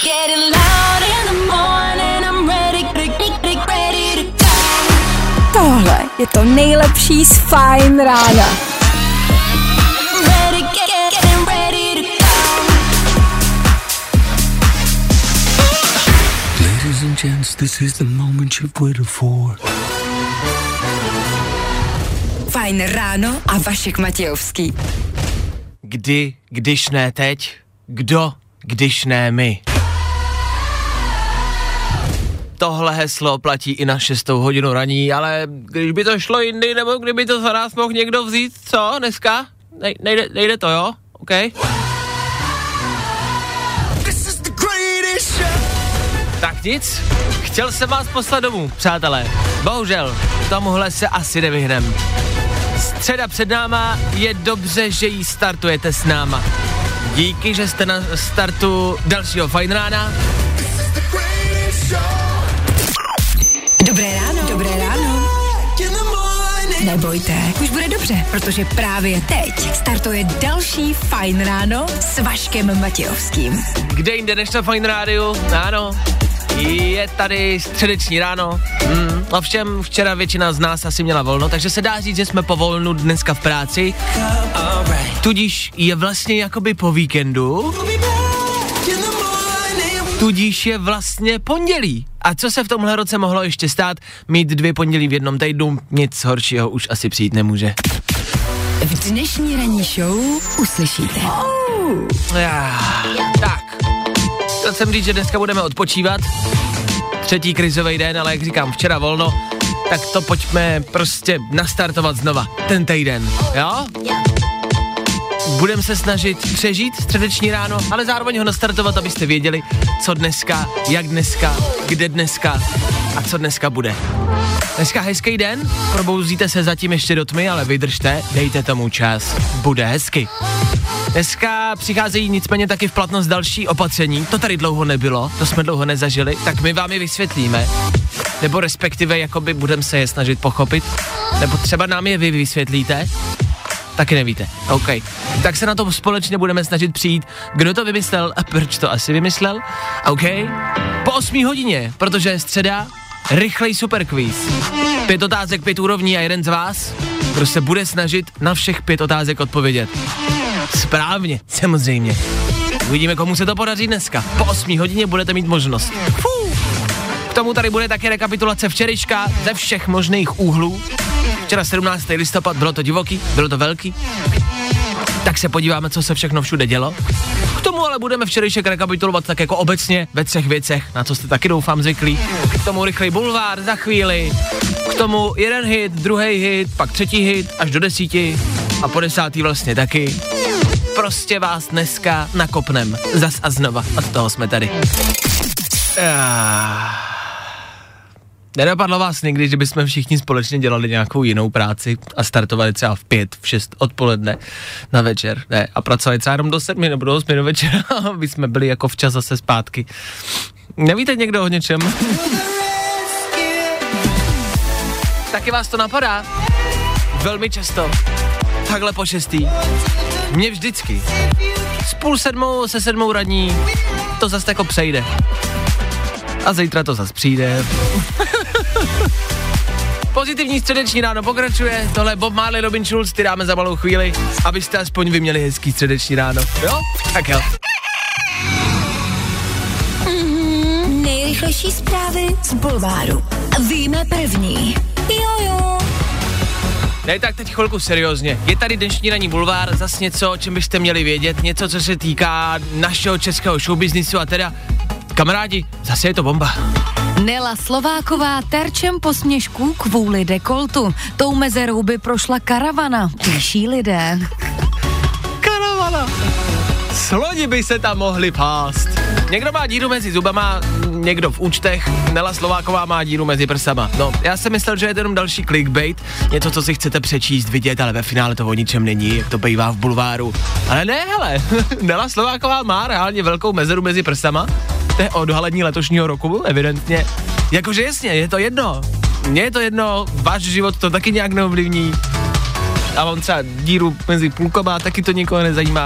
Tohle je to nejlepší z Fajn rána. Ladies and gents, this is the moment you've waited for. Fajn ráno a Vašek Matějovský. Kdy, když ne teď? Kdo, když ne my? Tohle heslo platí i na 6. hodinu raní, ale když by to šlo jindy, nebo kdyby to za nás mohl někdo vzít, co dneska? Nejde to, jo? OK? Tak nic, chtěl jsem vás poslat domů, přátelé. Bohužel, tomuhle se asi nevyhnem. Středa před náma, je dobře, že jí startujete s náma. Díky, že jste na startu dalšího Fajn rána. Dobré ráno. Dobré ráno. Nebojte, už bude dobře, protože právě teď startuje další Fajn ráno s Vaškem Matějovským. Kde jinde než na Fajn rádiu? Ano, je tady středeční ráno. Ovšem včera většina z nás asi měla volno, takže se dá říct, že jsme po volnu dneska v práci. Tudíž je vlastně jakoby po víkendu. Tudíž je vlastně pondělí. A co se v tomhle roce mohlo ještě stát? Mít 2 pondělí v jednom týdnu, nic horšího už asi přijít nemůže. V dnešní ranní show uslyšíte. Tak, chtěl jsem říct, že dneska budeme odpočívat. 3. krizový den, ale jak říkám, včera volno, tak to pojďme prostě nastartovat znova, ten týden, jo? Budeme se snažit přežít středeční ráno, ale zároveň ho nastartovat, abyste věděli, co dneska, jak dneska, kde dneska a co dneska bude. Dneska hezký den, probouzíte se zatím ještě do tmy, ale vydržte, dejte tomu čas, bude hezky. Dneska přicházejí nicméně taky v platnost další opatření, to tady dlouho nebylo, to jsme dlouho nezažili, tak my vám je vysvětlíme, nebo respektive jakoby budeme se je snažit pochopit, nebo třeba nám je vy vysvětlíte. Taky nevíte. OK. Tak se na to společně budeme snažit přijít. Kdo to vymyslel a proč to asi vymyslel? OK. Po 8 hodině, protože je středa, rychlej superkvíz. 5 otázek, 5 úrovní a jeden z vás, kdo se bude snažit na všech 5 otázek odpovědět. Správně, samozřejmě. Uvidíme, komu se to podaří dneska. Po 8 hodině budete mít možnost. K tomu tady bude také rekapitulace včerejška ze všech možných úhlů. Včera 17. listopad, bylo to divoký, bylo to velký. Tak se podíváme, co se všechno všude dělo. K tomu ale budeme včerejšek rekapitulovat tak jako obecně ve 3 věcech, na co jste taky doufám zvyklí. K tomu rychlej bulvár za chvíli, k tomu 1 hit, 2. hit, pak 3. hit, až do 10 a po 10. vlastně taky. Prostě vás dneska nakopnem zas a znova a z toho jsme tady. Nenapadlo vás někdy, že bychom všichni společně dělali nějakou jinou práci a startovali třeba v 5, v 6 odpoledne na večer, ne, a pracovali třeba jenom do 7 nebo do 8 do večera, aby jsme byli jako včas zase zpátky. Nevíte někdo o něčem? Taky vás to napadá? Velmi často. Takhle po 6. Mně vždycky. Z 6:30 se 7 raní to zase jako přejde. A zítra to zase přijde. Pozitivní středeční ráno pokračuje, tohle je Bob Marley, Robin Schulz, ty dáme za malou chvíli, abyste aspoň vy měli hezký středeční ráno, jo? Tak jo. Nejrychlejší zprávy z bulváru. Víme první. Jojo. Ne, tak teď chvilku seriózně. Je tady dnešní ranní bulvár, zas něco, o čem byste měli vědět, něco, co se týká našeho českého showbiznisu a teda, kamarádi, zase je to bomba. Nela Slováková terčem posměšků kvůli dekoltu. Tou mezerou by prošla karavana, píší lidé. Karavana. Sloni by se tam mohli pást. Někdo má díru mezi zubama, někdo v účtech, Nela Slováková má díru mezi prsama. No, já jsem myslel, že je to jenom další clickbait, něco, co si chcete přečíst, vidět, ale ve finále to o ničem není, jak to bývá v bulváru. Ale ne, hele, Nela Slováková má reálně velkou mezeru mezi prsama, to je odhalení letošního roku, evidentně. Jakože jasně, je to jedno. Mně je to jedno, váš život to taky nějak neovlivní. A on třeba díru mezi půlkama, taky to nikoho nezajímá.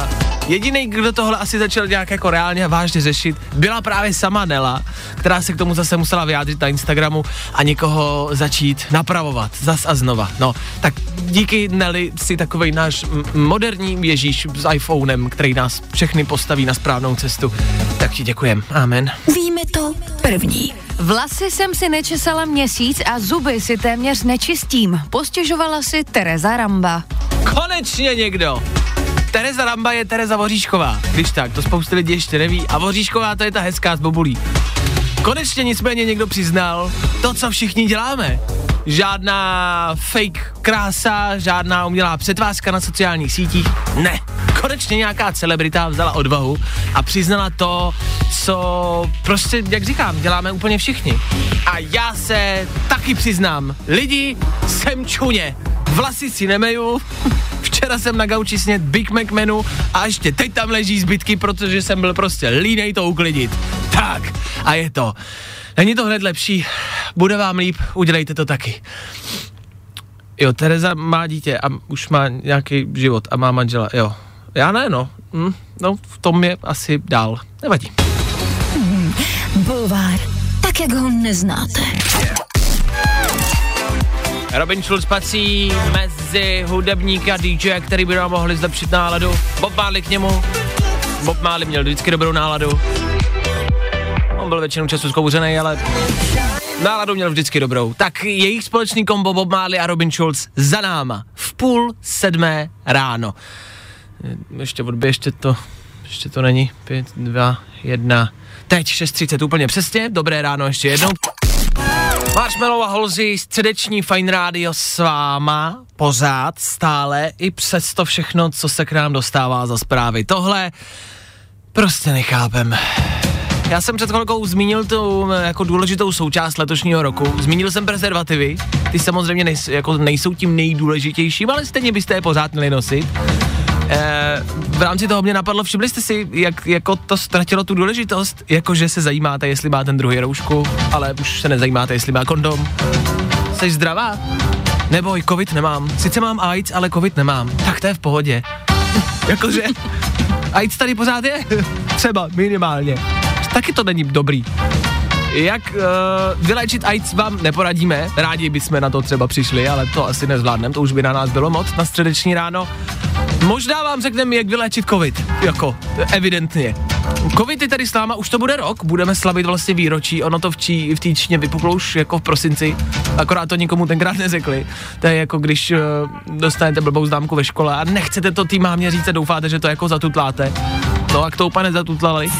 Jediný, kdo tohle asi začal nějak jako reálně a vážně řešit, byla právě sama Nela, která se k tomu zase musela vyjádřit na Instagramu a někoho začít napravovat zas a znova. No, tak díky Neli si takovej náš moderní Ježíš s iPhonem, který nás všechny postaví na správnou cestu. Tak ti děkujem. Amen. Víme to první. Vlasy jsem si nečesala měsíc a zuby si téměř nečistím. Postěžovala si Tereza Ramba. Konečně někdo! Tereza Ramba je Tereza Voříšková. Když tak, to spousta lidí ještě neví. A Voříšková to je ta hezká z bobulí. Konečně nicméně někdo přiznal to, co všichni děláme. Žádná fake krása, žádná umělá přetvářka na sociálních sítích. Ne. Konečně nějaká celebrita vzala odvahu a přiznala to, co prostě, jak říkám, děláme úplně všichni. A já se taky přiznám. Lidi, jsem čuně. Vlasy si nemeju. Včera jsem na gauči snědl Big Mac menu a ještě teď tam leží zbytky, protože jsem byl prostě línej to uklidit. Tak, a je to. Není to hned lepší? Bude vám líp, udělejte to taky. Jo, Tereza má dítě a už má nějaký život a má manžela, jo. Já ne, no. No, v tom je asi dál. Nevadí. Bulvár, tak jak ho neznáte. Robin Schulz patří mezi hudebníka DJ, který by nám mohli zlepšit náladu. Bob Marley k němu. Bob Marley měl vždycky dobrou náladu. On byl většinou času zkouřenej, ale náladu měl vždycky dobrou. Tak jejich společný kombo Bob Marley a Robin Schulz za náma v 6:30 ráno. Ještě odběžte to, ještě to není, 5, 2, 1, teď 6:30 úplně přesně, dobré ráno ještě jednou. Marshmallow a Halsey, středeční Fine Radio s váma, pořád, stále, i přes to všechno, co se k nám dostává za zprávy. Tohle prostě nechápem. Já jsem před chvilkou zmínil tu jako důležitou součást letošního roku. Zmínil jsem prezervativy, ty samozřejmě nejsou tím nejdůležitějším, ale stejně byste je pořád měli nosit. V rámci toho mě napadlo, všimli jste si, jak jako to ztratilo tu důležitost, jakože se zajímáte, jestli má ten druhý roušku, ale už se nezajímáte, jestli má kondom. Jsi zdravá? Neboj, covid nemám. Sice mám AIDS, ale covid nemám. Tak to je v pohodě. Jakože AIDS tady pořád je? Třeba minimálně. Taky to není dobrý. Jak vyléčit AIDS vám neporadíme, rádi bychom na to třeba přišli, ale to asi nezvládneme, to už by na nás bylo moc na středeční ráno. Možná vám řekneme, jak vyléčit covid, jako evidentně. Covid je tady s náma, už to bude rok, budeme slavit vlastně výročí, ono to v té Číně vypuklo už jako v prosinci, akorát to nikomu tenkrát neřekli. To je jako když dostanete blbou známku ve škole a nechcete to té mámě říct a doufáte, že to jako zatutláte. No a k tomu pane zatutlali.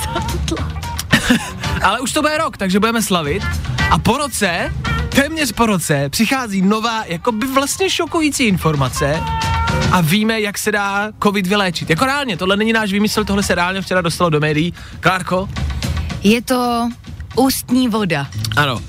Ale už to bude rok, takže budeme slavit a po roce, téměř po roce, přichází nová, jakoby vlastně šokující informace a víme, jak se dá covid vyléčit. Jako reálně, tohle není náš výmysl, tohle se reálně včera dostalo do médií. Klárko? Je to ústní voda. Ano.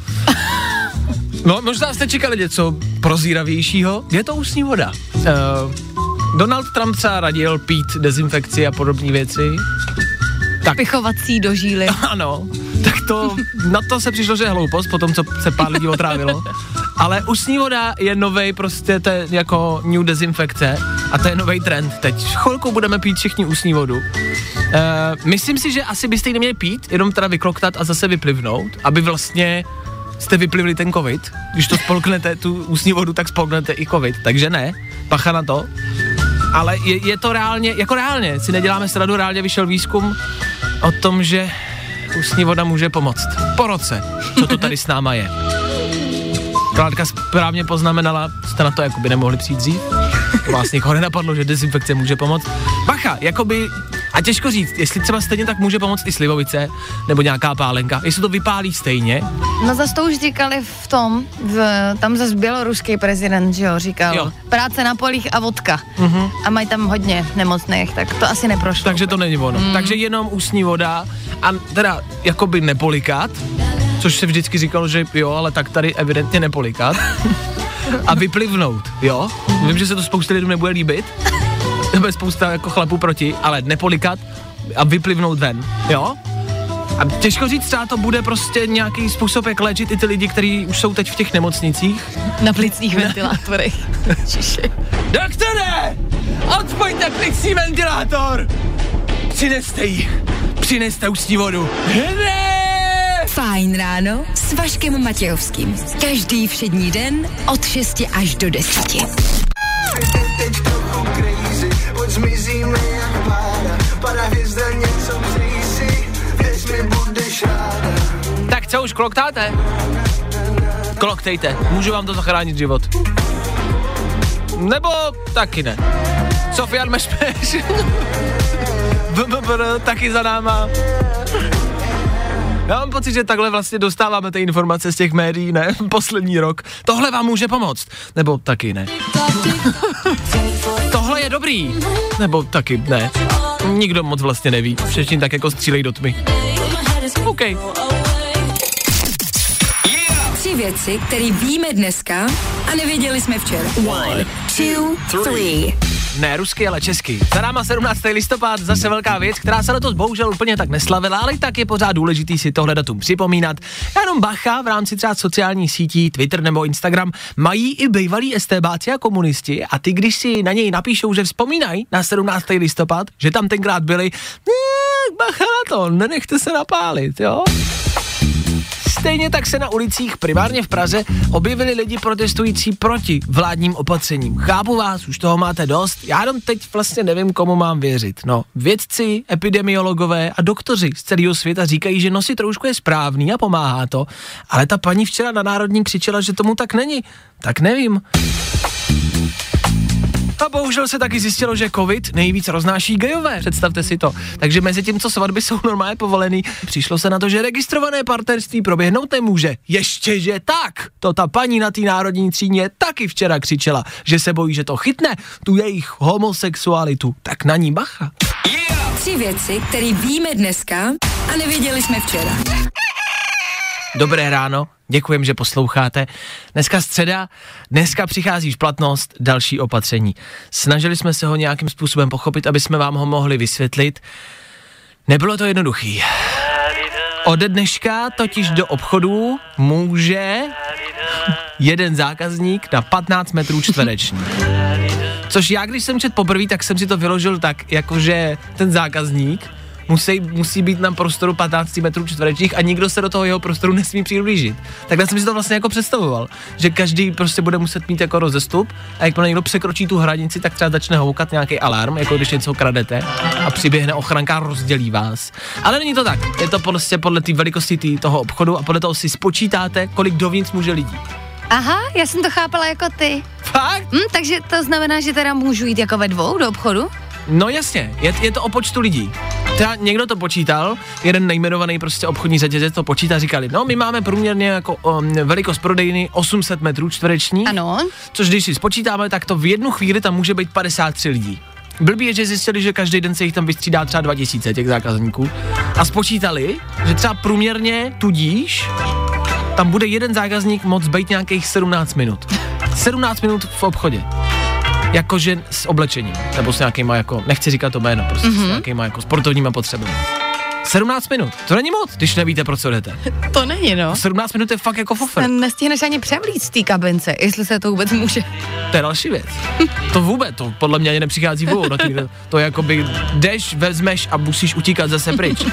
No, možná jste čekali něco prozíravějšího. Je to ústní voda. Donald Trump třeba radil pít dezinfekci a podobné věci. Tak. Pichovací do žíly. Ano, tak to, na to se přišlo, že je hloupost, po tom, co se pár lidí otrávilo. Ale ústní voda je novej, prostě to je jako new dezinfekce a to je novej trend. Teď chvilku budeme pít všichni ústní vodu. Myslím si, že asi byste ji neměli pít, jenom teda vykloktat a zase vyplivnout, aby vlastně jste vyplivli ten covid. Když to spolknete, tu ústní vodu, tak spolknete i covid, takže ne, pacha na to. Ale je to reálně, jako reálně, si neděláme sradu, reálně vyšel výzkum o tom, že ústní voda může pomoct. Po roce, co to tady s náma je. Kládka správně poznamenala, jste na to jakoby nemohli přijít dřív. Vás někoho nenapadlo, že dezinfekce může pomoct. Bacha, jakoby, a těžko říct, jestli třeba stejně tak může pomoct i slivovice, nebo nějaká pálenka, jestli to vypálí stejně. No zase to už říkali v tom, tam zase běloruský prezident, že jo, říkal, jo. Práce na polích a vodka. A mají tam hodně nemocných, tak to asi neprošlo. Takže to není ono. Takže jenom ústní voda a teda jakoby nepolikat, což se vždycky říkalo, že jo, ale tak tady evidentně nepolikat. A vyplivnout, jo? Vím, že se to spousta lidem nebude líbit, bude spousta jako chlapů proti, ale nepolikat a vyplivnout ven, jo? A těžko říct, třeba to bude prostě nějaký způsob, jak léčit i ty lidi, kteří už jsou teď v těch nemocnicích. Na plicních ventilátorech. Doktore! Odpojte plicní ventilátor! Přineste už s ní vodu. Fajn ráno s Vaškem Matějovským. Každý všední den od 6 až do 10. Tak co, už kloktáte? Kloktejte, můžu vám to zachránit život. Nebo taky ne. Sofian Mešpeš. Taky za náma. Já mám pocit, že takhle vlastně dostáváme ty informace z těch médií, ne? Poslední rok. Tohle vám může pomoct. Nebo taky ne. Tohle je dobrý. Nebo taky ne. Nikdo moc vlastně neví. Všichni tak jako střílej do tmy. OK. 3 věci, které víme dneska a nevěděli jsme včera. 1, 2, 3. Ne rusky, ale česky. Za náma 17. listopad, zase velká věc, která se letos bohužel úplně tak neslavila, ale tak je pořád důležitý si tohle datum připomínat. Jenom bacha, v rámci třeba sociálních sítí, Twitter nebo Instagram, mají i bývalí estébáci a komunisti a ty, když si na něj napíšou, že vzpomínají na 17. listopad, že tam tenkrát byli, bacha na to, nenechte se napálit, jo? Stejně tak se na ulicích, primárně v Praze, objevili lidi protestující proti vládním opatřením. Chápu vás, už toho máte dost, já jenom teď vlastně nevím, komu mám věřit. No, vědci, epidemiologové a doktoři z celého světa říkají, že nosit roušku je správný a pomáhá to, ale ta paní včera na Národní křičela, že tomu tak není. Tak nevím. A bohužel se taky zjistilo, že covid nejvíc roznáší gejové, představte si to. Takže mezi tím, co svatby jsou normálně povolený, přišlo se na to, že registrované partnerství proběhnout nemůže. Ještěže tak! To ta paní na té Národní třídě taky včera křičela, že se bojí, že to chytne, tu jejich homosexualitu. Tak na ní bacha. 3 věci, které víme dneska a nevěděli jsme včera. Dobré ráno, děkujem, že posloucháte. Dneska středa, dneska přichází v platnost další opatření. Snažili jsme se ho nějakým způsobem pochopit, aby jsme vám ho mohli vysvětlit. Nebylo to jednoduchý. Ode dneška totiž do obchodů může jeden zákazník na 15 metrů čtverečních. Což já, když jsem četl poprvé, tak jsem si to vyložil tak, jakože ten zákazník musí být na prostoru 15 metrů čtverečních a nikdo se do toho jeho prostoru nesmí přiblížit. Takhle jsem si to vlastně jako představoval, že každý prostě bude muset mít jako rozestup a jakmile někdo překročí tu hranici, tak třeba začne houkat nějaký alarm, jako když něco kradete a přiběhne ochranka a rozdělí vás. Ale není to tak, je to prostě podle té velikosti toho obchodu a podle toho si spočítáte, kolik dovnitř může lidí. Aha, já jsem to chápala jako ty. Fakt? Takže to znamená, že teda můžu jít jako ve 2 do obchodu? No jasně, je to o počtu lidí. Třeba někdo to počítal, jeden nejmenovaný prostě obchodní řetězec to počítá, říkali, no my máme průměrně jako velikost prodejny 800 metrů čtvereční. Ano. Což když si spočítáme, tak to v jednu chvíli tam může být 53 lidí. Blbý je, že zjistili, že každý den se jich tam vystřídá třeba 2000 těch zákazníků a spočítali, že třeba průměrně tudíž tam bude jeden zákazník moct být nějakých 17 minut. 17 minut v obchodě. Jakože s oblečením, nebo s nějakýma jako, nechci říkat to jméno, prostě s nějakýma jako sportovníma potřebami. 17 minut, to není moc, když nevíte, pro co jdete. To není, no. 17 minut je fakt jako fofer. Nestihneš ani převlít z té kabince, jestli se to vůbec může. To je další věc. To vůbec, to podle mě ani nepřichází v úvahu. To je jakoby jdeš, vezmeš a musíš utíkat zase pryč.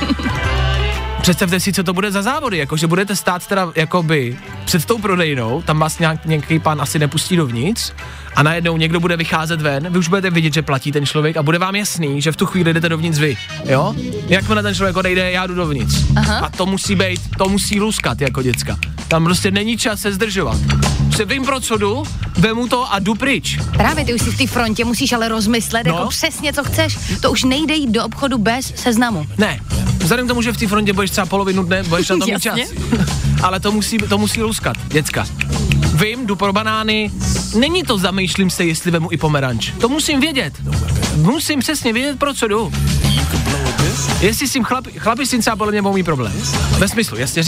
Představte si, co to bude za závody, jakože budete stát teda jakoby před tou prodejnou, tam vás nějaký pán asi nepustí dovnitř a najednou někdo bude vycházet ven, vy už budete vidět, že platí ten člověk a bude vám jasný, že v tu chvíli jdete dovnitř vy, jo? Jakmile ten člověk odejde, já jdu dovnitř. Aha. A to musí luskat jako děcka. Tam prostě není čas se zdržovat. Se vím, pro co jdu, vemu to a jdu pryč. Právě, ty už si v té frontě musíš ale rozmyslet, jako přesně co chceš. To už nejde jít do obchodu bez seznamu. Ne, vzhledem k tomu, že v té frontě budeš třeba polovinu dne, budeš na to mít čas. Ale to musí luskat, děcka. Vím, jdu pro banány, není to zamýšlím se, jestli vemu i pomeranč. To musím vědět. Musím přesně vědět, pro co jdu. Jestli s tím chlapi s tím třeba podle mě budou mít problém. Ve smyslu, jasně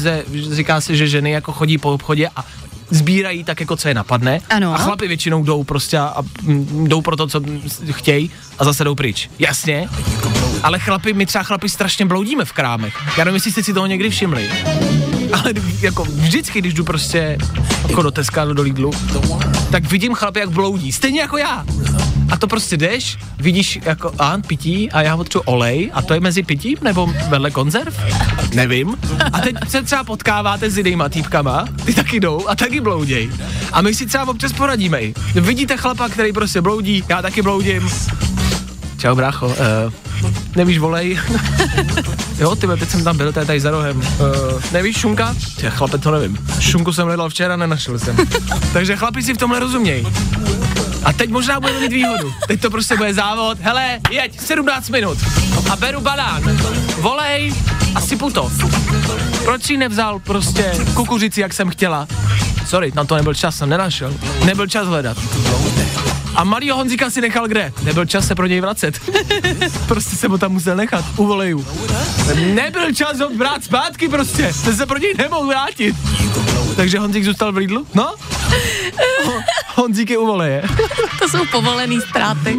říká se, že ženy jako chodí po obchodě a sbírají tak jako co je napadne. Ano. A chlapi většinou jdou prostě a jdou pro to, co chtějí a zase jdou pryč. Jasně, ale my třeba chlapi strašně bloudíme v krámech. Já nevím, jestli jste si toho někdy všimli. Ale jako vždycky, když jdu prostě jako do Teska, do Lidlu, tak vidím chlapy, jak bloudí. Stejně jako já. A to prostě jdeš, vidíš jako pití a já potřebuji olej a to je mezi pitím nebo vedle konzerv? Nevím. A teď se třeba potkáváte s jinýma týpkama, ty taky jdou a taky blouděj. A my si třeba občas poradíme. Vidíte chlapa, který prostě bloudí, já taky bloudím. Čau brácho, nevíš volej? Jo, tyhle, teď jsem tam byl, tady za rohem. Nevíš šunka? Já chlape, to nevím. Šunku jsem hledal včera, nenašel jsem. Takže chlapi si v tomhle rozumějí. A teď možná budeme mít výhodu. Teď to prostě bude závod. Hele, jeď, 17 minut. A beru banán. Volej a sypu to. Proč si nevzal prostě kukuřici, jak jsem chtěla? Sorry, na to nebyl čas, jsem nenašel. Nebyl čas hledat. A malýho Honzíka si nechal kde? Nebyl čas se pro něj vracet. Prostě se mu tam musel nechat, u voleju. Nebyl čas ho brát zpátky prostě, jste se pro něj nemohl vrátit. Takže Honzík zůstal v Lidlu? No? Honzík je u voleje. To jsou povolený ztráty.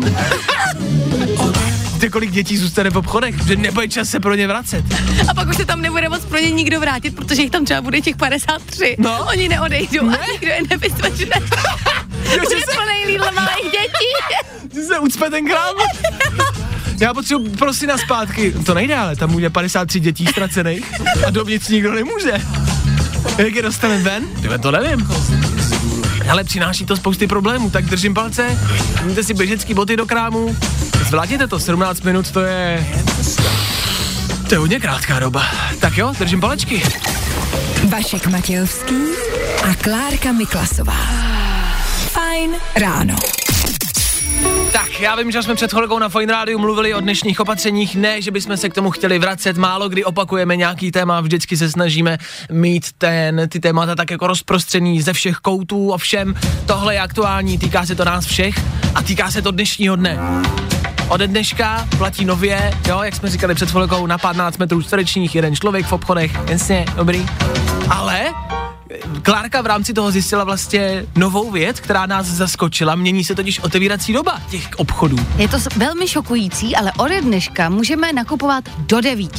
Víte, kolik dětí zůstane v obchodech, že nebude čas se pro ně vracet. A pak už se tam nebude moc pro ně nikdo vrátit, protože jich tam třeba bude těch 53. No. Oni neodejdou a nikdo je nevyslečne. Bude plnej Lidl malých dětí. Že se ucpe ten krám. Já potřebuji prosím na zpátky. To nejde, ale tam bude 53 dětí ztracených a dovnitř nikdo nemůže. Jak je dostaneme ven? Tyhle to nevím. Ale přináší to spousty problémů, tak držím palce, mějte si běžecký boty do krámu, zvládněte to, 17 minut, to je hodně krátká doba. Tak jo, držím palečky. Vašek Matějovský a Klárka Miklasová. Fajn ráno. Tak, já vím, že jsme před chvilkou na Fajn rádiu mluvili o dnešních opatřeních, ne, že bychom se k tomu chtěli vracet, málo kdy opakujeme nějaký téma, vždycky se snažíme mít ty témata tak jako rozprostřený ze všech koutů, ovšem tohle je aktuální, týká se to nás všech a týká se to dnešního dne. Ode dneška platí nově, jo, jak jsme říkali před chvilkou, na 15 metrů čtverečních, jeden člověk v obchodech, jasně, dobrý, ale Klárka v rámci toho zjistila vlastně novou věc, která nás zaskočila. Mění se totiž otevírací doba těch obchodů. Je to velmi šokující, ale ode dneška můžeme nakupovat do 9.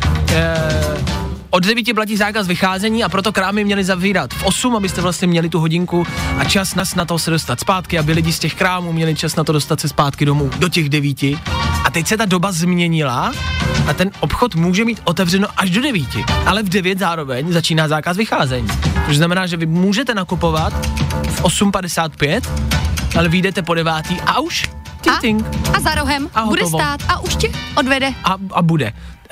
Od 9 platí zákaz vycházení a proto krámy měly zavírat v 8, abyste vlastně měli tu hodinku a čas na to se dostat zpátky, aby lidi z těch krámů měli čas na to dostat se zpátky domů do těch 9. A teď se ta doba změnila a ten obchod může mít otevřeno až do 9, ale v 9 zároveň začíná zákaz vycházení. Což znamená, že vy můžete nakupovat v 8:55, ale vyjdete po 9 a už a za rohem a bude stát a už tě odvede. A bude.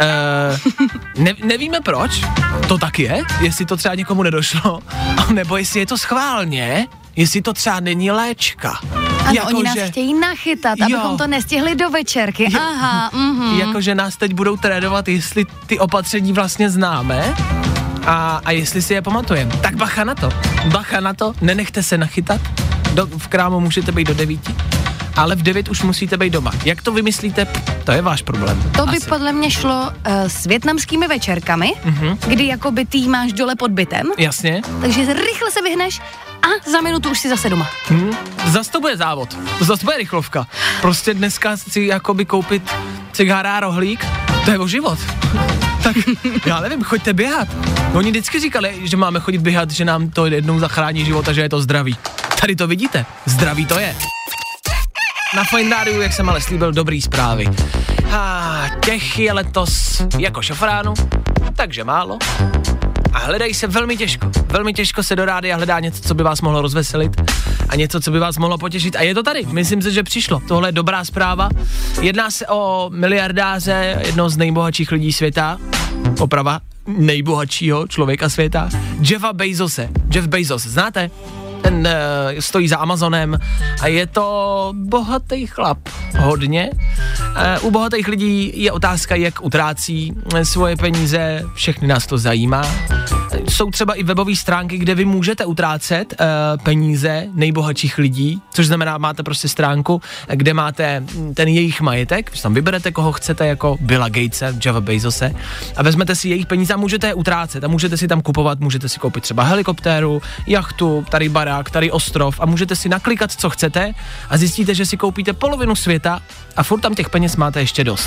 Nevíme proč, to tak je, jestli to třeba někomu nedošlo, nebo jestli je to schválně, jestli to třeba není léčka. Ano, oni nás chtějí nachytat, abychom to nestihli do večerky. Aha, Jakože nás teď budou trénovat, jestli ty opatření vlastně známe a jestli si je pamatujeme. Tak bacha na to, nenechte se nachytat, v krámu můžete být do 9. Ale v 9 už musíte být doma. Jak to vymyslíte, to je váš problém. To by podle mě šlo s vietnamskými večerkami, kdy jakoby ty máš dole pod bytem. Jasně. Takže rychle se vyhneš a za minutu už si zase doma. Zas to bude závod, zas to bude rychlovka. Prostě dneska si jakoby koupit cigára a rohlík, to je o život. Tak já nevím, choďte běhat. Oni vždycky říkali, že máme chodit běhat, že nám to jednou zachrání život a že je to zdraví. Tady to vidíte, zdraví to je. Na Fajn rádiu, jak jsem ale slíbil, dobrý zprávy. Těch je letos jako šofránu, takže málo. A hledají se velmi těžko. Velmi těžko se do rádia hledá něco, co by vás mohlo rozveselit a něco, co by vás mohlo potěšit. A je to tady. Myslím si, že přišlo. Tohle je dobrá zpráva. Jedná se o miliardáře, jednoho z nejbohatších lidí světa. Oprava, nejbohatšího člověka světa. Jeffa Bezose. Jeff Bezos, znáte? Ten stojí za Amazonem a je to bohatý chlap. Hodně. U bohatých lidí je otázka, jak utrácí svoje peníze, všechny nás to zajímá. Jsou třeba i webové stránky, kde vy můžete utrácet peníze nejbohatších lidí, což znamená, máte prostě stránku, kde máte ten jejich majetek, tam vyberete, koho chcete, jako Billa Gatese, Jeffa Bezose a vezmete si jejich peníze a můžete je utrácet a můžete si tam kupovat, můžete si koupit třeba helikoptéru, jachtu, tady barák, tady ostrov a můžete si naklikat, co chcete a zjistíte, že si koupíte polovinu světa a furt tam těch peněz máte ještě dost.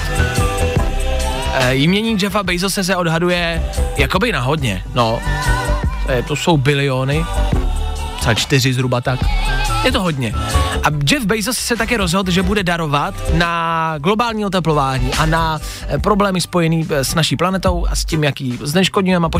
Jmění Jeffa Bezose se odhaduje jakoby na hodně, no. To jsou biliony, 1,4 zhruba tak. Je to hodně. A Jeff Bezos se také rozhodl, že bude darovat na globální oteplování a na problémy spojený s naší planetou a s tím, jaký zneškodňujeme a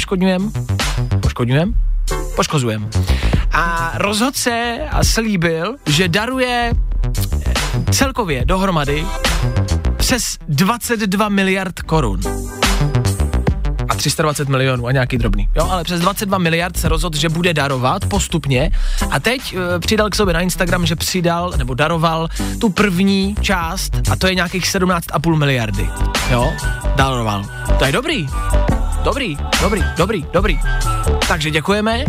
poškozujeme. A rozhodl se a slíbil, že daruje celkově dohromady přes 22 miliard korun. A 320 milionů a nějaký drobný. Jo, ale přes 22 miliard se rozhodl, že bude darovat postupně a teď přidal k sobě na Instagram, že daroval tu první část a to je nějakých 17,5 miliardy. Jo, daroval. To je dobrý. Dobrý. Takže děkujeme.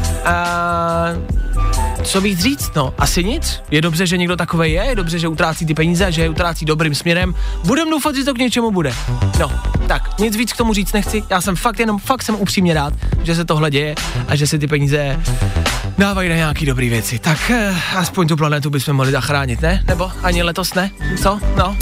Co víc říct, no, asi nic. Je dobře, že někdo takovej je dobře, že utrácí ty peníze, že je utrácí dobrým směrem. Budem doufat, že to k něčemu bude. No, tak, nic víc k tomu říct nechci. Já jsem fakt jsem upřímně rád, že se tohle děje a že se ty peníze dávají na nějaký dobrý věci. Tak aspoň tu planetu bychom mohli zachránit, ne? Nebo ani letos ne? Co? No.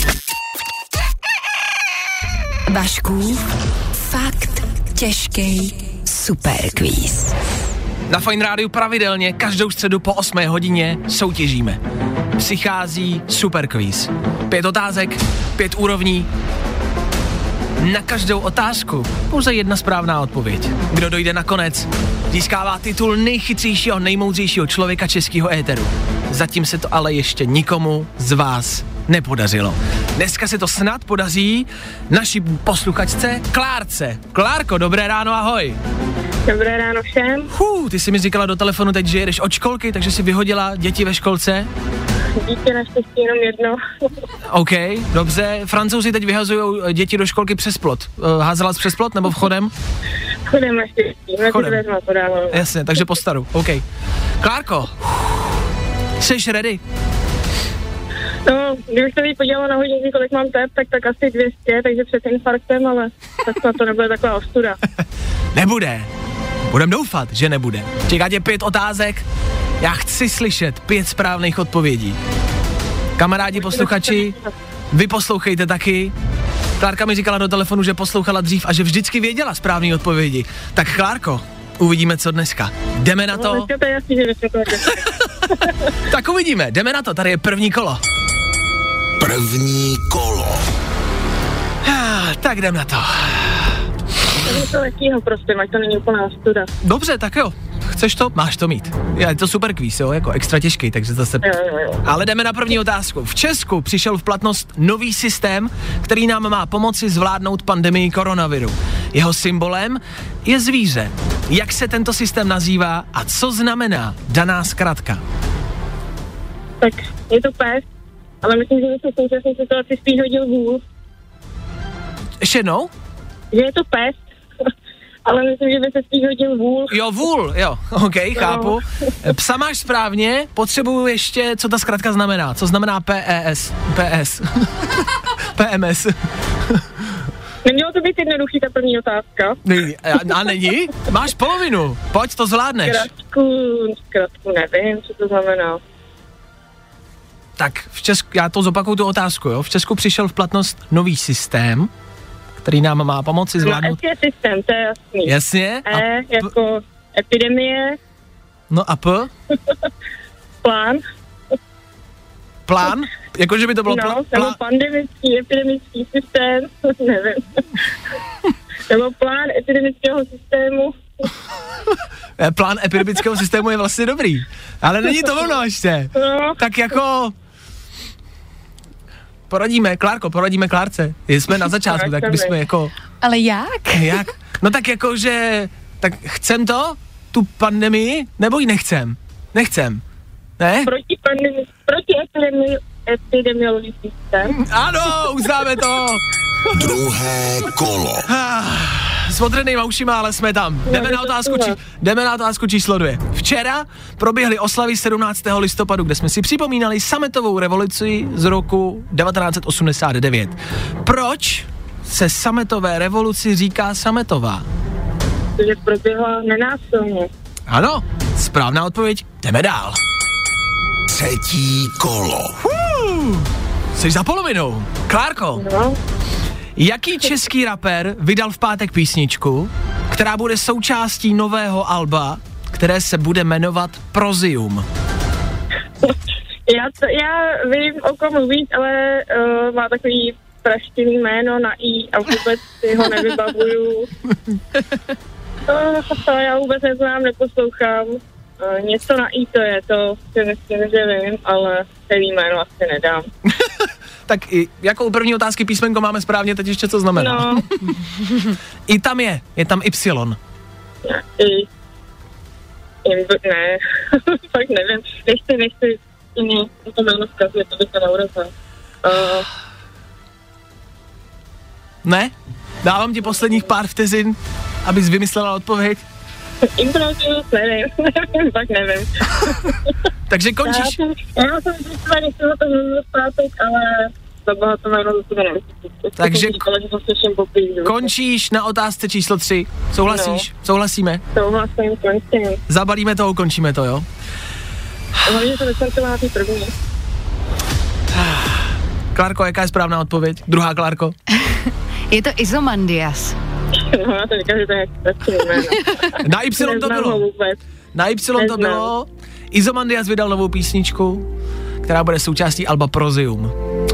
Vaškův fakt těžký superkvíz. Na Fajn rádiu pravidelně každou středu po 8 hodině soutěžíme. Přichází superkvíz. 5 otázek, 5 úrovní. Na každou otázku pouze jedna správná odpověď. Kdo dojde na konec, získává titul nejchytřejšího, nejmoudřejšího člověka českého éteru. Zatím se to ale ještě nikomu z vás nepodařilo. Dneska se to snad podaří naší posluchačce Klárce. Klárko, dobré ráno, ahoj. Dobré ráno všem. Ty jsi mi říkala do telefonu teď, že jedeš od školky, takže jsi vyhodila děti ve školce. Dítě naštěstí jenom jedno. OK, dobře. Francouzi teď vyhazují děti do školky přes plot. Házela jsi přes plot nebo vchodem? Chodem naštěstí. Chodem. Jasně, takže po staru. OK. Klárko, jsi ready? No, kdybych to podívala na hodinky, kolik mám tep, tak asi 200, takže před infarktem, ale tak to nebude taková ostuda. Nebude. Budem doufat, že nebude. Čeká tě 5 otázek. Já chci slyšet 5 správných odpovědí. Kamarádi posluchači, vy poslouchejte taky. Klárka mi říkala do telefonu, že poslouchala dřív a že vždycky věděla správné odpovědi. Tak Klárko, uvidíme, co dneska. Jdeme na to? To je jasný, že Tak uvidíme, jdeme na to, tady je první kolo. První kolo. Tak jdem na to. To lehkýho prostě, ať to není úplná ostuda. Dobře, tak jo. Chceš to? Máš to mít. Je to super kvíz, jo, jako extra těžký, takže zase... Jo. Ale jdeme na první otázku. V Česku přišel v platnost nový systém, který nám má pomoci zvládnout pandemii koronaviru. Jeho symbolem je zvíře. Jak se tento systém nazývá a co znamená daná zkratka? Tak je to pes, ale myslím, že by se v současné situaci spíš hodil vůl. Ještě jednou? Že je to pes, ale myslím, že by se spíš hodil vůl. Jo, vůl, jo, OK, chápu. Psa máš správně, potřebuju ještě, co ta zkratka znamená. Co znamená PES? PS. PMS. Nemělo to být jednoduchý ta první otázka. A není? Máš polovinu, pojď, to zvládneš. Zkratku nevím, co to znamená. Tak v Česku, já to zopakuju tu otázku, jo. V Česku přišel v platnost nový systém, který nám má pomoci zvládnout... No, systém, to je jasný. Jasně. Jako epidemie. No a P? Plán. Plán? Jakože by to bylo nebo pandemický, epidemický systém, nevím. Nebo plán epidemického systému. Plán epidemického systému je vlastně dobrý, ale není to ono ještě. No. Tak jako... Poradíme Klárce. Jsme na začátku, tak bychom jako... Ale jak? Jak? No tak jako, že... Tak chcem to? Tu pandemii? Nebo ji nechcem? Nechcem. Ne? Proti epidemiologický systém. Ano, uznáme to. Druhé kolo. S odřenýma ušima, ale jsme tam. Jdeme na otázku číslo 2. Včera proběhly oslavy 17. listopadu, kde jsme si připomínali sametovou revoluci z roku 1989. Proč se sametové revoluci říká sametová? Protože proběhla nenásilně. Ano, správná odpověď. Jdeme dál. Třetí kolo. Jsi za polovinou. Klárko. No. Jaký český rapper vydal v pátek písničku, která bude součástí nového alba, které se bude jmenovat Prozium. Já vím, o kom mluvíš, ale má takový praštivý jméno na I a vůbec si ho nevybavuju. Já vůbec neznám, neposlouchám. Něco na I to je, to si myslím, že vím, ale celý jméno asi nedám. Tak i jako u první otázky písmenko máme správně, teď ještě co znamená. No. I tam je tam Y. Ne, fakt nevím. Nechci jiný to jméno zkazuje, to by se neurazil. Ne? Dávám ti posledních pár vteřin, abys vymyslela odpověď. Improvizuju, nevím, fakt nevím. Takže končíš. Já jsem zjistila, nechci ho to znovu zpátek, ale za boha to jméno za sebe nevím. Takže končíš na otázce číslo 3. Souhlasíš? No. Souhlasíme? Souhlasím, končím. Zabalíme to, ukončíme to, jo? Hlavně to vysvětlila na té první. Klárko, jaká je správná odpověď? Druhá Klárko? Je to Izomandias. No, já to říkám, že to je strašný jméno. Na Y to bylo. Na Y to bylo. Izomandias vydal novou písničku, která bude součástí alba Prozium.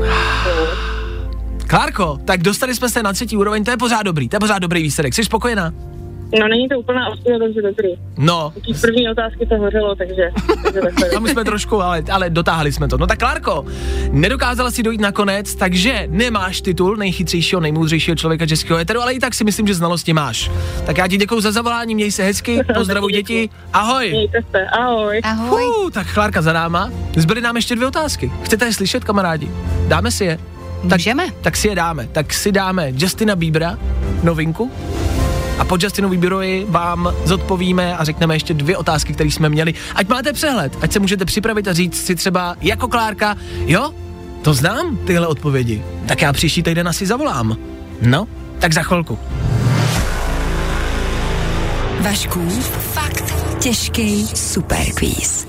Klárko, tak dostali jsme se na 3. úroveň, to je pořád dobrý výsledek. Jsi spokojená? No, není to úplná ostuda, takže dobrý. No. Ty první otázky to hořelo, takže tam jsme trošku, ale dotáhli jsme to. No tak Klárko, nedokázala si dojít na konec, takže nemáš titul nejchytřejšího, nejmoudřejšího člověka českého éteru, ale i tak si myslím, že znalosti máš. Tak já ti děkuju za zavolání, měj se hezky, pozdravuj děti, ahoj. Mějte se, ahoj. Ahoj. Tak Klárka za náma, zbyly nám ještě 2 otázky. Chcete je slyšet, kamarádi? Dáme si je? Můžeme. Tak si je dáme. Tak si dáme Justina Biebera, novinku. A po Justinovi Bieberovi vám zodpovíme a řekneme ještě 2 otázky, které jsme měli. Ať máte přehled, ať se můžete připravit a říct si třeba jako Klárka, jo, to znám, tyhle odpovědi. Tak já příští týden asi zavolám. No, tak za chvilku. Vaškův fakt těžký superquiz.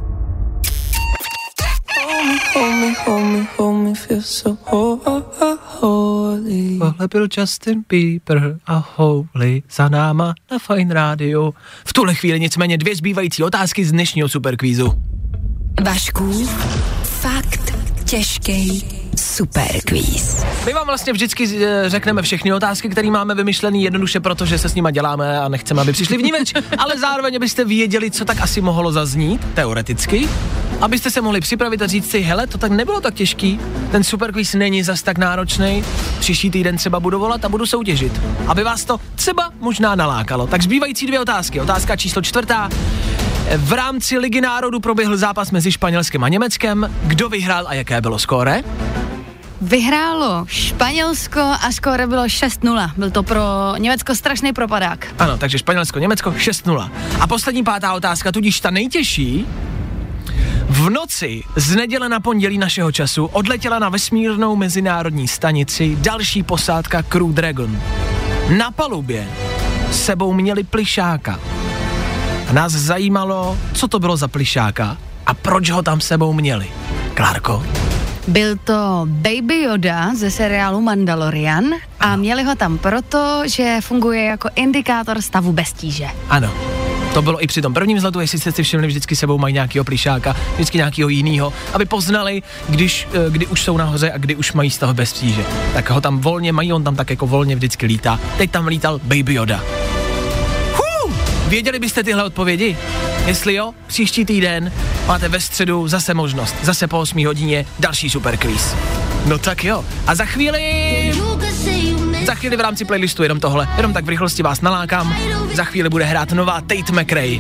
Tohle byl Justin Bieber a Holy za náma na Fine Radio. V tuhle chvíli nicméně 2 zbývající otázky z dnešního superkvízu. Vaškův fakt těžký superquiz. My vám vlastně vždycky řekneme všechny otázky, které máme vymyšlený jednoduše proto, že se s nima děláme a nechceme, aby přišli vníveč, ale zároveň abyste věděli, co tak asi mohlo zaznít, teoreticky, abyste se mohli připravit a říct si, hele, to tak nebylo tak těžký, ten superquiz není zas tak náročný, příští týden třeba budu volat a budu soutěžit, aby vás to třeba možná nalákalo. Tak zbývající 2 otázky. Otázka číslo 4. V rámci Ligy národů proběhl zápas mezi Španělskem a Německem. Kdo vyhrál a jaké bylo skóre? Vyhrálo Španělsko a skóre bylo 6-0. Byl to pro Německo strašný propadák. Ano, takže Španělsko, Německo 6-0. A poslední 5. otázka, tudíž ta nejtěžší. V noci z neděle na pondělí našeho času odletěla na vesmírnou mezinárodní stanici další posádka Crew Dragon. Na palubě sebou měli plišáka. A nás zajímalo, co to bylo za plišáka a proč ho tam sebou měli. Klárko? Byl to Baby Yoda ze seriálu Mandalorian a měli ho tam proto, že funguje jako indikátor stavu bez tíže. Ano. To bylo i při tom prvním vzletu, jestli jste si všimli, vždycky sebou mají nějakýho plišáka, vždycky nějakýho jinýho, aby poznali, kdy už jsou nahoře a kdy už mají stav bez tíže. Tak ho tam volně mají, on tam tak jako volně vždycky lítá. Teď tam lítal Baby Yoda. Věděli byste tyhle odpovědi? Jestli jo, příští týden máte ve středu zase možnost, zase po 8 hodině další superquiz. No tak jo, a za chvíli v rámci playlistu jenom tohle, jenom tak v rychlosti vás nalákám, za chvíli bude hrát nová Tate McRae.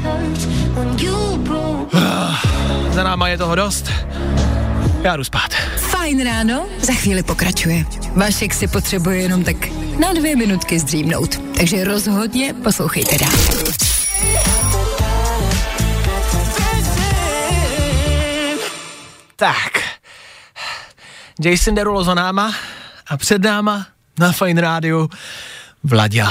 Za náma je toho dost, já jdu spát. Fajn ráno, za chvíli pokračuje. Vašek si potřebuje jenom tak na 2 minutky zdřímnout, takže rozhodně poslouchejte dál. Tak, Jason Derulo za náma a před náma na Fajn rádiu Vlaďa.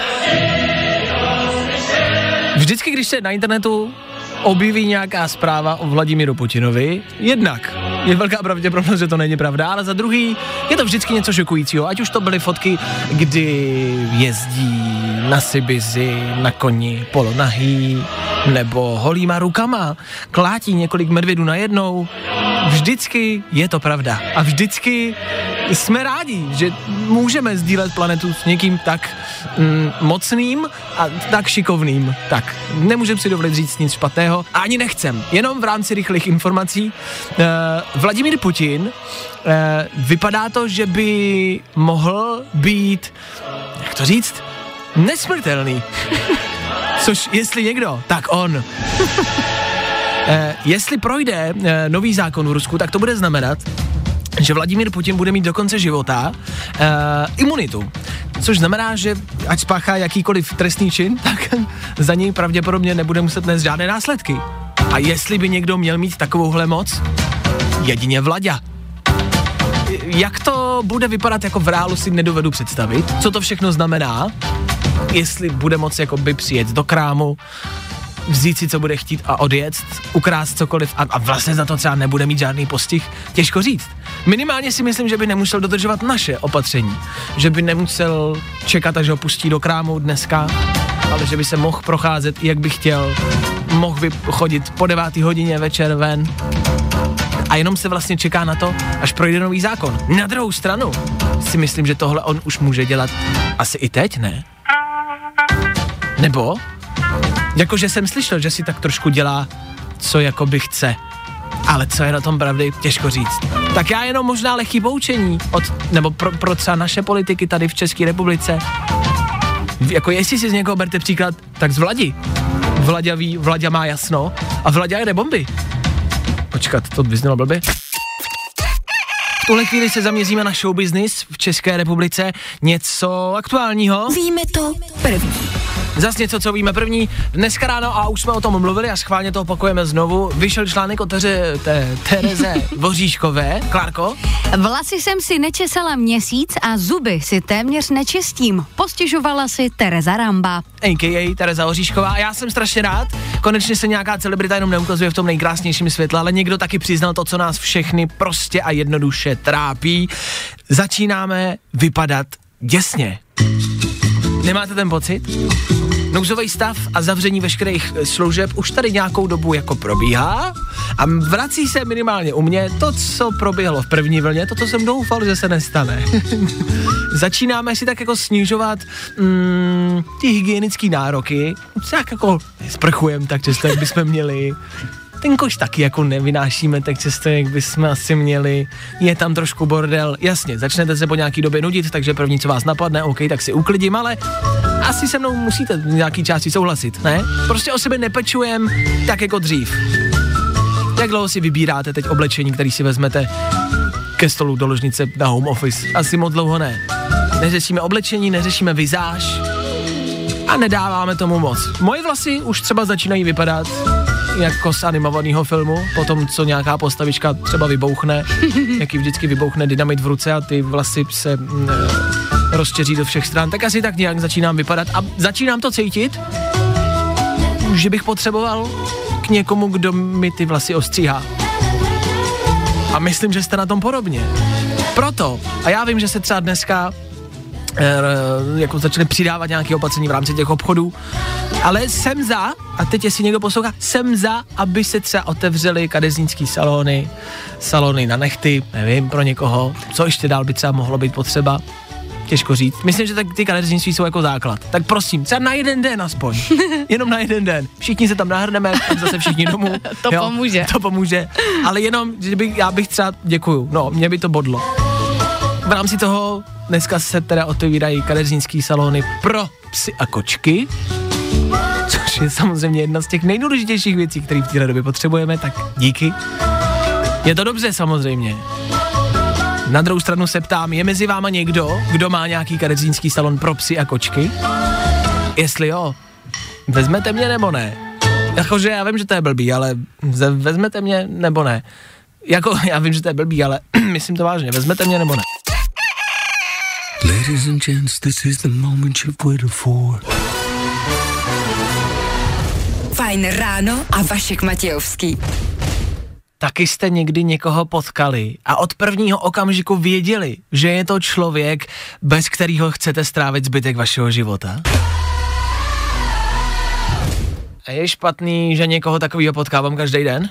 Vždycky, když se na internetu objeví nějaká zpráva o Vladimíru Putinovi, jednak je velká pravděpodobnost, že to není pravda, ale za druhý je to vždycky něco šokujícího, ať už to byly fotky, kdy jezdí na Sibiři, na koni, polonahý, nebo holýma rukama klátí několik medvědů najednou. Vždycky je to pravda. A vždycky jsme rádi, že můžeme sdílet planetu s někým tak mocným a tak šikovným. Tak, nemůžeme si dovolit říct nic špatného a ani nechcem. Jenom v rámci rychlých informací. Vladimír Putin, vypadá to, že by mohl být, jak to říct, nesmrtelný. Což jestli někdo, tak on. Jestli projde nový zákon v Rusku, tak to bude znamenat, že Vladimír Putin bude mít do konce života imunitu. Což znamená, že ať spáchá jakýkoliv trestný čin, tak za něj pravděpodobně nebude muset nést žádné následky. A jestli by někdo měl mít takovouhle moc, jedině Vlaďa. Jak to bude vypadat jako v reálu, si nedovedu představit. Co to všechno znamená? Jestli bude moct jakoby přijet do krámu, vzít si, co bude chtít a odjet, ukrást cokoliv a vlastně za to třeba nebude mít žádný postih, těžko říct. Minimálně si myslím, že by nemusel dodržovat naše opatření, že by nemusel čekat, až ho pustí do krámu dneska, ale že by se mohl procházet, jak by chtěl, mohl by chodit po 9 hodině večer ven a jenom se vlastně čeká na to, až projde nový zákon. Na druhou stranu si myslím, že tohle on už může dělat asi i teď, ne? Nebo jakože jsem slyšel, že si tak trošku dělá, co jakoby chce. Ale co je na tom pravdy, těžko říct. Tak já jenom možná lehký poučení nebo pro třeba naše politiky tady v České republice. Jako jestli si z někoho berte příklad, tak z Vladi. Vlaďa ví, Vlaďa má jasno a Vlaďa jede bomby. Počkat, to vyznělo blbě. V tuhle chvíli se zaměříme na show business v České republice. Něco aktuálního. Víme to první. Zas něco, co víme první. Dneska ráno, a už jsme o tom mluvili a schválně to opakujeme znovu, vyšel článek o Tereze Voříškové. Klárko? Vlasy jsem si nečesala měsíc a zuby si téměř nečistím. Postěžovala si Tereza Ramba. A.k.a. Tereza Voříšková. A já jsem strašně rád. Konečně se nějaká celebrita jenom neukazuje v tom nejkrásnějším světle, ale někdo taky přiznal to, co nás všechny prostě a jednoduše trápí. Začínáme vypadat děsně. Nemáte ten pocit? Nouzový stav a zavření veškerých služeb už tady nějakou dobu jako probíhá a vrací se minimálně u mě to, co proběhlo v první vlně, to, co jsem doufal, že se nestane. Začínáme si tak jako snižovat ty hygienické nároky, tak jako sprchujeme tak často, jak bychom měli. Ten koš taky jako nevynášíme tak často, jak bychom asi měli. Je tam trošku bordel. Jasně, začnete se po nějaký době nudit, takže první, co vás napadne, OK, tak si uklidím, ale asi se mnou musíte v nějaký části souhlasit, ne? Prostě o sebe nepečujem tak jako dřív. Jak dlouho si vybíráte teď oblečení, který si vezmete ke stolu do ložnice na home office? Asi moc dlouho ne. Neřešíme oblečení, neřešíme vizáž a nedáváme tomu moc. Moje vlasy už třeba začínají vypadat jako z animovaného filmu, potom co nějaká postavička třeba vybouchne, jaký vždycky vybouchne dynamit v ruce a ty vlasy se rozčeří do všech stran, tak asi tak nějak začínám vypadat a začínám to cítit, že bych potřeboval k někomu, kdo mi ty vlasy ostříhá. A myslím, že jste na tom podobně. Proto, a já vím, že se třeba dneska jako začali přidávat nějaké opatření v rámci těch obchodů, ale jsem za, a teď jestli někdo poslouchá, jsem za, aby se třeba otevřely kadeřnické salony na nehty, nevím, pro někoho, co ještě dál by třeba mohlo být potřeba, těžko říct. Myslím, že tak ty kadeřnictví jsou jako základ. Tak prosím, třeba na jeden den aspoň, jenom na jeden den. Všichni se tam nahrneme, tak zase všichni domů. To pomůže, ale jenom, že já bych třeba, děkuju, no, mě by to bodlo. V rámci toho dneska se teda otevírají kadeřnické salony pro psy a kočky, což je samozřejmě jedna z těch nejdůležitějších věcí, které v téhle době potřebujeme, tak díky. Je to dobře samozřejmě. Na druhou stranu se ptám, je mezi váma někdo, kdo má nějaký kadeřnický salon pro psy a kočky? Jestli jo, vezmete mě nebo ne? Jakože já vím, že to je blbý, ale vezmete mě nebo ne? Jako já vím, že to je blbý, ale myslím to vážně, vezmete mě nebo ne? Ladies and gents, this is the moment you've waited for. Fajn ráno a Vašek Matějovský. Taky jste někdy někoho potkali a od prvního okamžiku věděli, že je to člověk, bez kterého chcete strávit zbytek vašeho života? A je špatný, že někoho takovýho potkávám každý den?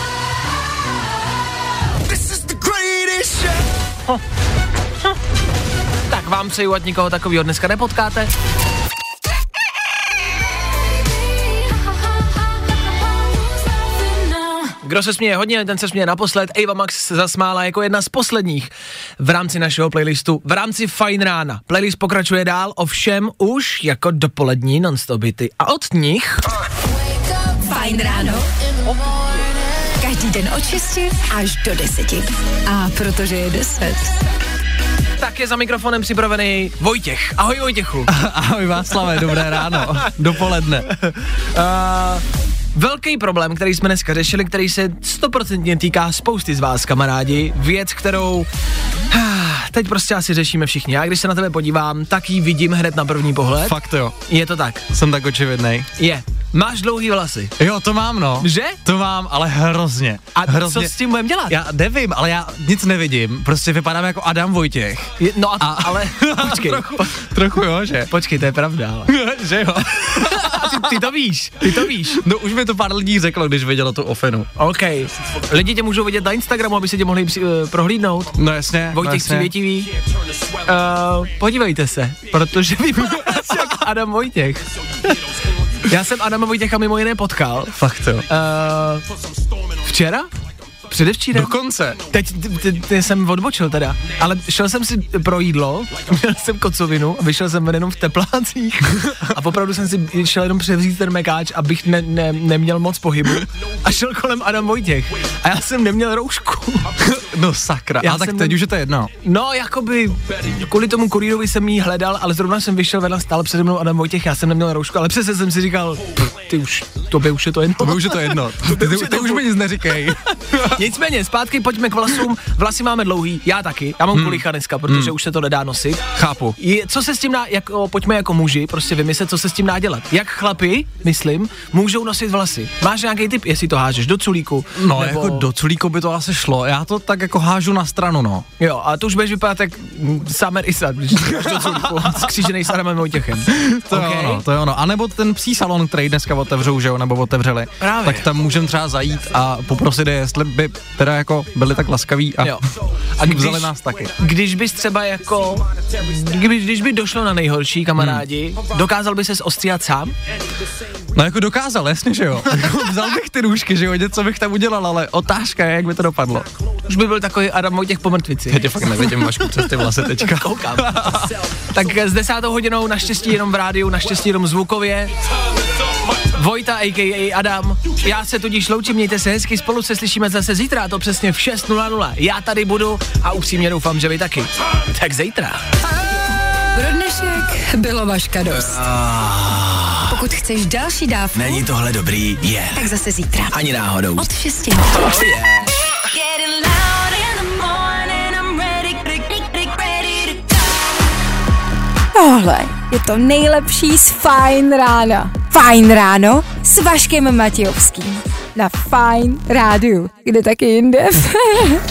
Tak vám přeju, ať nikoho takovýho dneska nepotkáte. Kdo se směje hodně, ten se směje naposled. Ava Max se zasmála jako jedna z posledních v rámci našeho playlistu, v rámci Fajn rána. Playlist pokračuje dál, ovšem už jako dopolední non-stop hity. A od nich... Fajn ráno. Každý den od 6 až do 10. A protože je 10. Tak je za mikrofonem připravený Vojtěch. Ahoj Vojtěchu. Ahoj Václave, dobré ráno, dopoledne. Velký problém, který jsme dneska řešili, který se 100% týká spousty z vás, kamarádi. Věc, kterou teď prostě asi řešíme všichni. Já když se na tebe podívám, tak ji vidím hned na první pohled. Fakt jo. Je to tak. Jsem tak očividnej. Je. Máš dlouhý vlasy. Jo, to mám, no. Že? To mám, ale hrozně. A hrozně. co s tím budem dělat? Já nevím, ale já nic nevidím. Prostě vypadám jako Adam Vojtěch. Ale počkej. Trochu jo, že? Počkej, to je pravda, ale. Že jo. Ty to víš. No už mi to pár lidí řeklo, když vidělo tu ofenu. OK. Lidi tě můžou vidět na Instagramu, aby se tě mohli prohlídnout. No jasně. Vojtěch Přivětivý. Podívejte se, protože vypadáš jak Adam Vojtěch. Já jsem Adama Vojtěcha mimo jiné potkal. Fakt jo. Včera? Předevčírem? Dokonce. Teď jsem odbočil teda, ale šel jsem si pro jídlo, měl jsem kocovinu a vyšel jsem ven jenom v teplácích a opravdu jsem si šel jenom převzít ten mekáč, abych neměl moc pohybu a šel kolem Adam Vojtěch a já jsem neměl roušku. No sakra, a tak teď už je to jedno. No jakoby kvůli tomu kurýrovi jsem jí hledal, ale zrovna jsem vyšel ven a stál přede mnou Adam Vojtěch, já jsem neměl roušku, ale přesně jsem si říkal, tobě už je to jedno. Tobě už je to jedno, ty už mi nic neříkej. Nicméně, zpátky pojďme k vlasům. Vlasy máme dlouhý, já taky. Já mám kulicha dneska, protože už se to nedá nosit. Chápu. Co se s tím dá, pojďme jako muži, prostě vymyslet, co se s tím dá dělat. Jak chlapi, myslím, můžou nosit vlasy. Máš nějaký tip, jestli to hážeš do culíku? No, nebo... jako do culíku by to asi šlo. Já to tak jako hážu na stranu, no. Jo, a to už budeš vypadat jak Summer Isad, když jdeš do culíku, skřížený s Adamem Vojtěchem. To je ono. A nebo ten psí salon, který dneska otevřou, že jo, nebo otevřeli. Právě. Tak tam můžeme třeba zajít a poprosit je, jestli by teda jako byli tak laskaví a vzali nás taky. Když bys třeba jako, když by došlo na nejhorší, kamarádi, dokázal by ses ostříhat sám? No jako dokázal, jasně, že jo. Vzal bych ty nůžky, že jo, něco bych tam udělal, ale otázka je, jak by to dopadlo. Už by byl takový Adam Vojtěch po mrtvici. Já tě fakt nevidím, Vašku, přes ty vlasy teďka. Koukám. Tak s 10. hodinou naštěstí jenom v rádiu, naštěstí jenom zvukově. Vojta, a.k.a. Adam. Já se tudíž loučím, mějte se hezky, spolu se slyšíme zase zítra, to přesně v 6:00. Já tady budu a upřímně doufám, že vy taky. Tak zítra. Pro dnešek bylo Vaška dost. Pokud chceš další dávku, Není tohle dobrý, tak zase zítra. Ani náhodou. Od 6. Oh yeah. Tohle je to nejlepší z Fajn rána. Fajn ráno s Vaškem Matějovským. Na Fajn rádiu. Kde taky jinde?